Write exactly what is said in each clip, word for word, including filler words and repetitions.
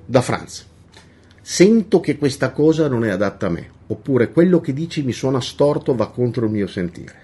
Da Franz. Sento che questa cosa non è adatta a me, oppure quello che dici mi suona storto, va contro il mio sentire.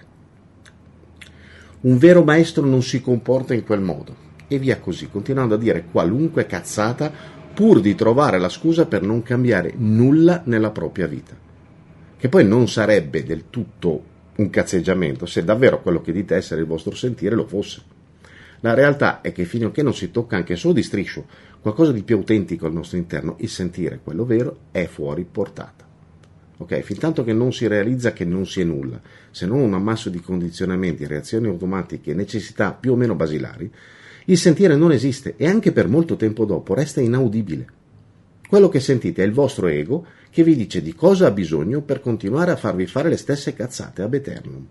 Un vero maestro non si comporta in quel modo, e via così, continuando a dire qualunque cazzata pur di trovare la scusa per non cambiare nulla nella propria vita. Che poi non sarebbe del tutto un cazzeggiamento se davvero quello che dite essere il vostro sentire lo fosse. La realtà è che fino a che non si tocca anche solo di striscio qualcosa di più autentico al nostro interno, il sentire, quello vero, è fuori portata. Ok? Fintanto che non si realizza che non si è nulla, se non un ammasso di condizionamenti, reazioni automatiche e necessità più o meno basilari, il sentire non esiste e anche per molto tempo dopo resta inaudibile. Quello che sentite è il vostro ego che vi dice di cosa ha bisogno per continuare a farvi fare le stesse cazzate ab aeternum.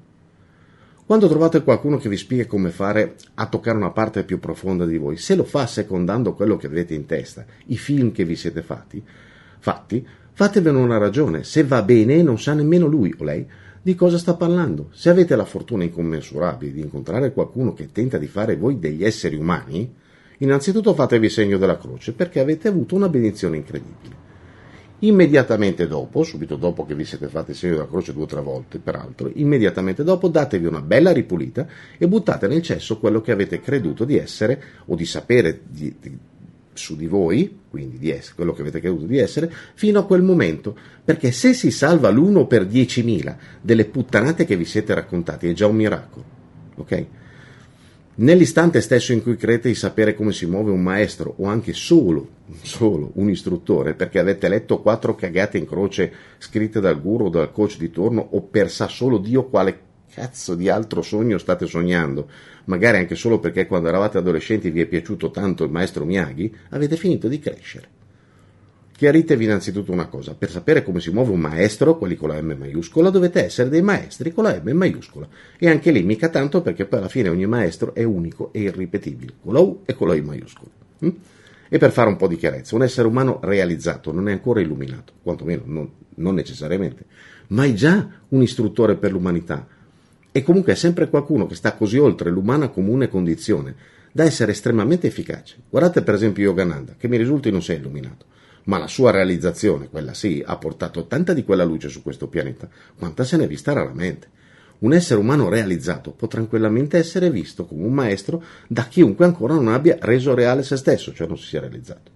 Quando trovate qualcuno che vi spiega come fare a toccare una parte più profonda di voi, se lo fa secondando quello che avete in testa, i film che vi siete fatti, fatti, fatevene una ragione. Se va bene, non sa nemmeno lui o lei di cosa sta parlando. Se avete la fortuna incommensurabile di incontrare qualcuno che tenta di fare voi degli esseri umani, innanzitutto fatevi segno della croce, perché avete avuto una benedizione incredibile. Immediatamente dopo, subito dopo che vi siete fatti il segno della croce due o tre volte, peraltro, immediatamente dopo datevi una bella ripulita e buttate nel cesso quello che avete creduto di essere o di sapere di, di, su di voi, quindi di essere, quello che avete creduto di essere, fino a quel momento, perché se si salva l'uno per diecimila delle puttanate che vi siete raccontati è già un miracolo, ok? Nell'istante stesso in cui credete di sapere come si muove un maestro o anche solo, solo un istruttore, perché avete letto quattro cagate in croce scritte dal guru o dal coach di turno, o per sa solo Dio quale cazzo di altro sogno state sognando, magari anche solo perché quando eravate adolescenti vi è piaciuto tanto il maestro Miyagi, avete finito di crescere. Chiaritevi innanzitutto una cosa: per sapere come si muove un maestro, quelli con la M maiuscola, dovete essere dei maestri con la M maiuscola. E anche lì mica tanto, perché poi alla fine ogni maestro è unico e irripetibile, con la U e con la I maiuscola. Mm? E per fare un po' di chiarezza, un essere umano realizzato non è ancora illuminato, quantomeno non, non necessariamente, ma è già un istruttore per l'umanità. E comunque è sempre qualcuno che sta così oltre l'umana comune condizione da essere estremamente efficace. Guardate per esempio Yogananda, che mi risulti non sia illuminato, ma la sua realizzazione, quella sì, ha portato tanta di quella luce su questo pianeta quanta se n'è vista raramente. Un essere umano realizzato può tranquillamente essere visto come un maestro da chiunque ancora non abbia reso reale se stesso, cioè non si sia realizzato.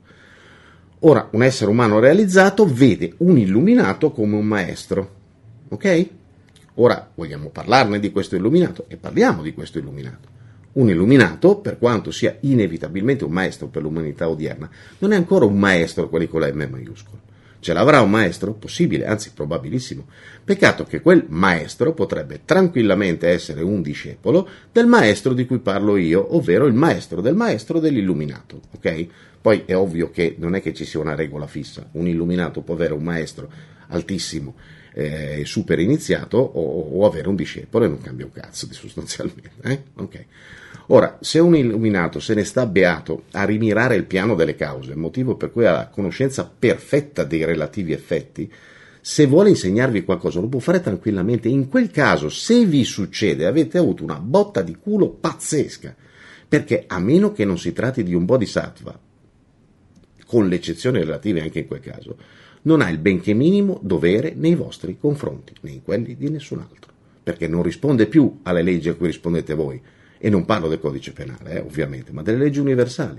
Ora, un essere umano realizzato vede un illuminato come un maestro, ok? Ora vogliamo parlarne di questo illuminato e parliamo di questo illuminato. Un illuminato, per quanto sia inevitabilmente un maestro per l'umanità odierna, non è ancora un maestro quelli con la M maiuscola. Ce l'avrà un maestro? Possibile, anzi probabilissimo. Peccato che quel maestro potrebbe tranquillamente essere un discepolo del maestro di cui parlo io, ovvero il maestro del maestro dell'illuminato, ok? Poi è ovvio che non è che ci sia una regola fissa. Un illuminato può avere un maestro altissimo e eh, super iniziato o, o avere un discepolo e non cambia un cazzo di sostanzialmente, eh? Ok. Ora, se un illuminato se ne sta beato a rimirare il piano delle cause, motivo per cui ha la conoscenza perfetta dei relativi effetti, se vuole insegnarvi qualcosa lo può fare tranquillamente. In quel caso, se vi succede, avete avuto una botta di culo pazzesca, perché a meno che non si tratti di un bodhisattva, con le eccezioni relative anche in quel caso, non ha il benché minimo dovere nei vostri confronti, né in quelli di nessun altro, perché non risponde più alle leggi a cui rispondete voi. E non parlo del codice penale, eh, ovviamente, ma delle leggi universali.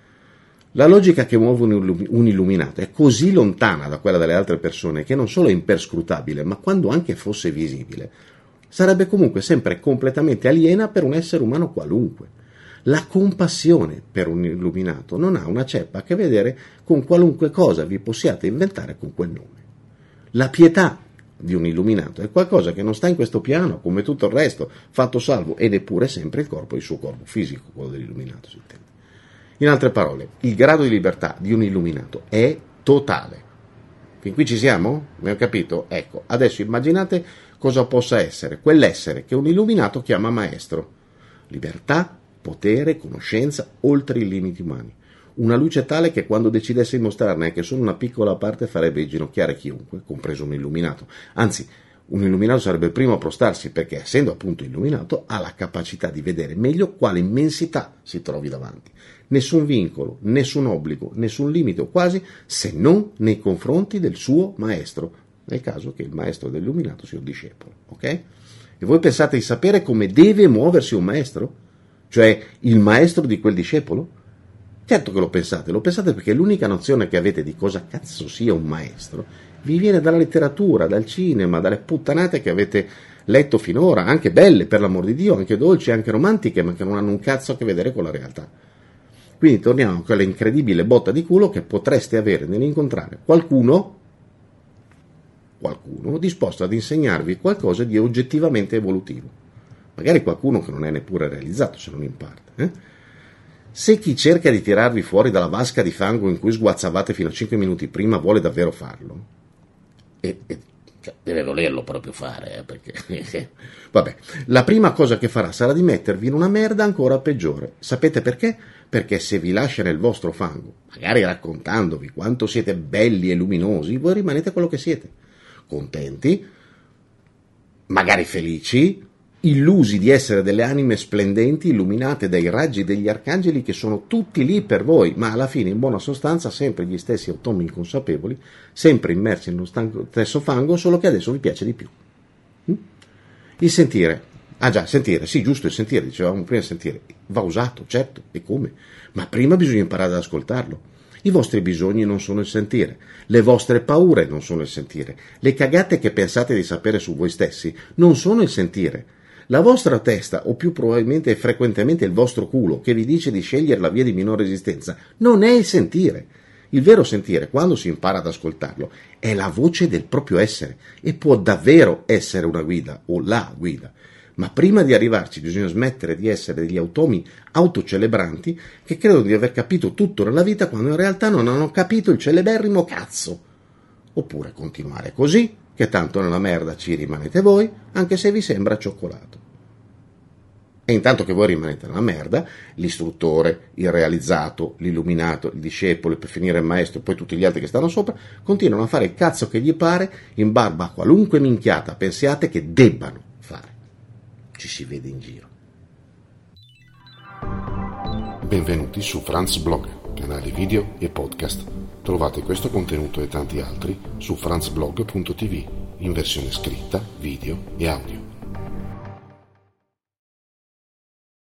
La logica che muove un illuminato è così lontana da quella delle altre persone che non solo è imperscrutabile, ma quando anche fosse visibile, sarebbe comunque sempre completamente aliena per un essere umano qualunque. La compassione per un illuminato non ha una ceppa a che vedere con qualunque cosa vi possiate inventare con quel nome. La pietà di un illuminato è qualcosa che non sta in questo piano, come tutto il resto, fatto salvo ed eppure sempre il corpo, il suo corpo fisico, quello dell'illuminato, si intende. In altre parole, il grado di libertà di un illuminato è totale. Fin qui ci siamo? Abbiamo capito? Ecco, adesso immaginate cosa possa essere quell'essere che un illuminato chiama maestro. Libertà, potere, conoscenza, oltre i limiti umani. Una luce tale che quando decidesse di mostrarne anche solo una piccola parte farebbe inginocchiare chiunque, compreso un illuminato. Anzi, Un illuminato sarebbe il primo a prostarsi perché, essendo appunto illuminato, ha la capacità di vedere meglio quale immensità si trovi davanti. Nessun vincolo, nessun obbligo, nessun limite o quasi, se non nei confronti del suo maestro, nel caso che il maestro dell'illuminato sia un discepolo, ok? E voi pensate di sapere come deve muoversi un maestro? Cioè il maestro di quel discepolo? Certo che lo pensate, lo pensate perché l'unica nozione che avete di cosa cazzo sia un maestro vi viene dalla letteratura, dal cinema, dalle puttanate che avete letto finora, anche belle per l'amor di Dio, anche dolci, anche romantiche, ma che non hanno un cazzo a che vedere con la realtà. Quindi torniamo a quella incredibile botta di culo che potreste avere nell'incontrare qualcuno, qualcuno disposto ad insegnarvi qualcosa di oggettivamente evolutivo. Magari qualcuno che non è neppure realizzato, se non in parte. Eh? Se chi cerca di tirarvi fuori dalla vasca di fango in cui sguazzavate fino a cinque minuti prima vuole davvero farlo, e, e cioè, deve volerlo proprio fare, eh, perché vabbè, la prima cosa che farà sarà di mettervi in una merda ancora peggiore. Sapete perché? Perché se vi lascia nel vostro fango, magari raccontandovi quanto siete belli e luminosi, voi rimanete quello che siete, contenti, magari felici, illusi di essere delle anime splendenti, illuminate dai raggi degli arcangeli che sono tutti lì per voi, ma alla fine in buona sostanza sempre gli stessi automi inconsapevoli, sempre immersi nello stesso fango, solo che adesso vi piace di più. Il sentire, ah già, sentire, sì, giusto, il sentire, dicevamo prima, sentire, va usato, certo, e come? Ma prima bisogna imparare ad ascoltarlo. I vostri bisogni non sono il sentire, le vostre paure non sono il sentire, le cagate che pensate di sapere su voi stessi non sono il sentire. La vostra testa, o più probabilmente e frequentemente il vostro culo, che vi dice di scegliere la via di minore resistenza, non è il sentire. Il vero sentire, quando si impara ad ascoltarlo, è la voce del proprio essere e può davvero essere una guida o la guida. Ma prima di arrivarci bisogna smettere di essere degli automi autocelebranti che credono di aver capito tutto nella vita quando in realtà non hanno capito il celeberrimo cazzo. Oppure continuare così, che tanto nella merda ci rimanete voi, anche se vi sembra cioccolato. E intanto che voi rimanete nella merda, l'istruttore, il realizzato, l'illuminato, il discepolo, per finire il maestro e poi tutti gli altri che stanno sopra, continuano a fare il cazzo che gli pare in barba a qualunque minchiata pensiate che debbano fare. Ci si vede in giro. Benvenuti su Franz Blog, canale video e podcast. Trovate questo contenuto e tanti altri su franzblog punto tv in versione scritta, video e audio.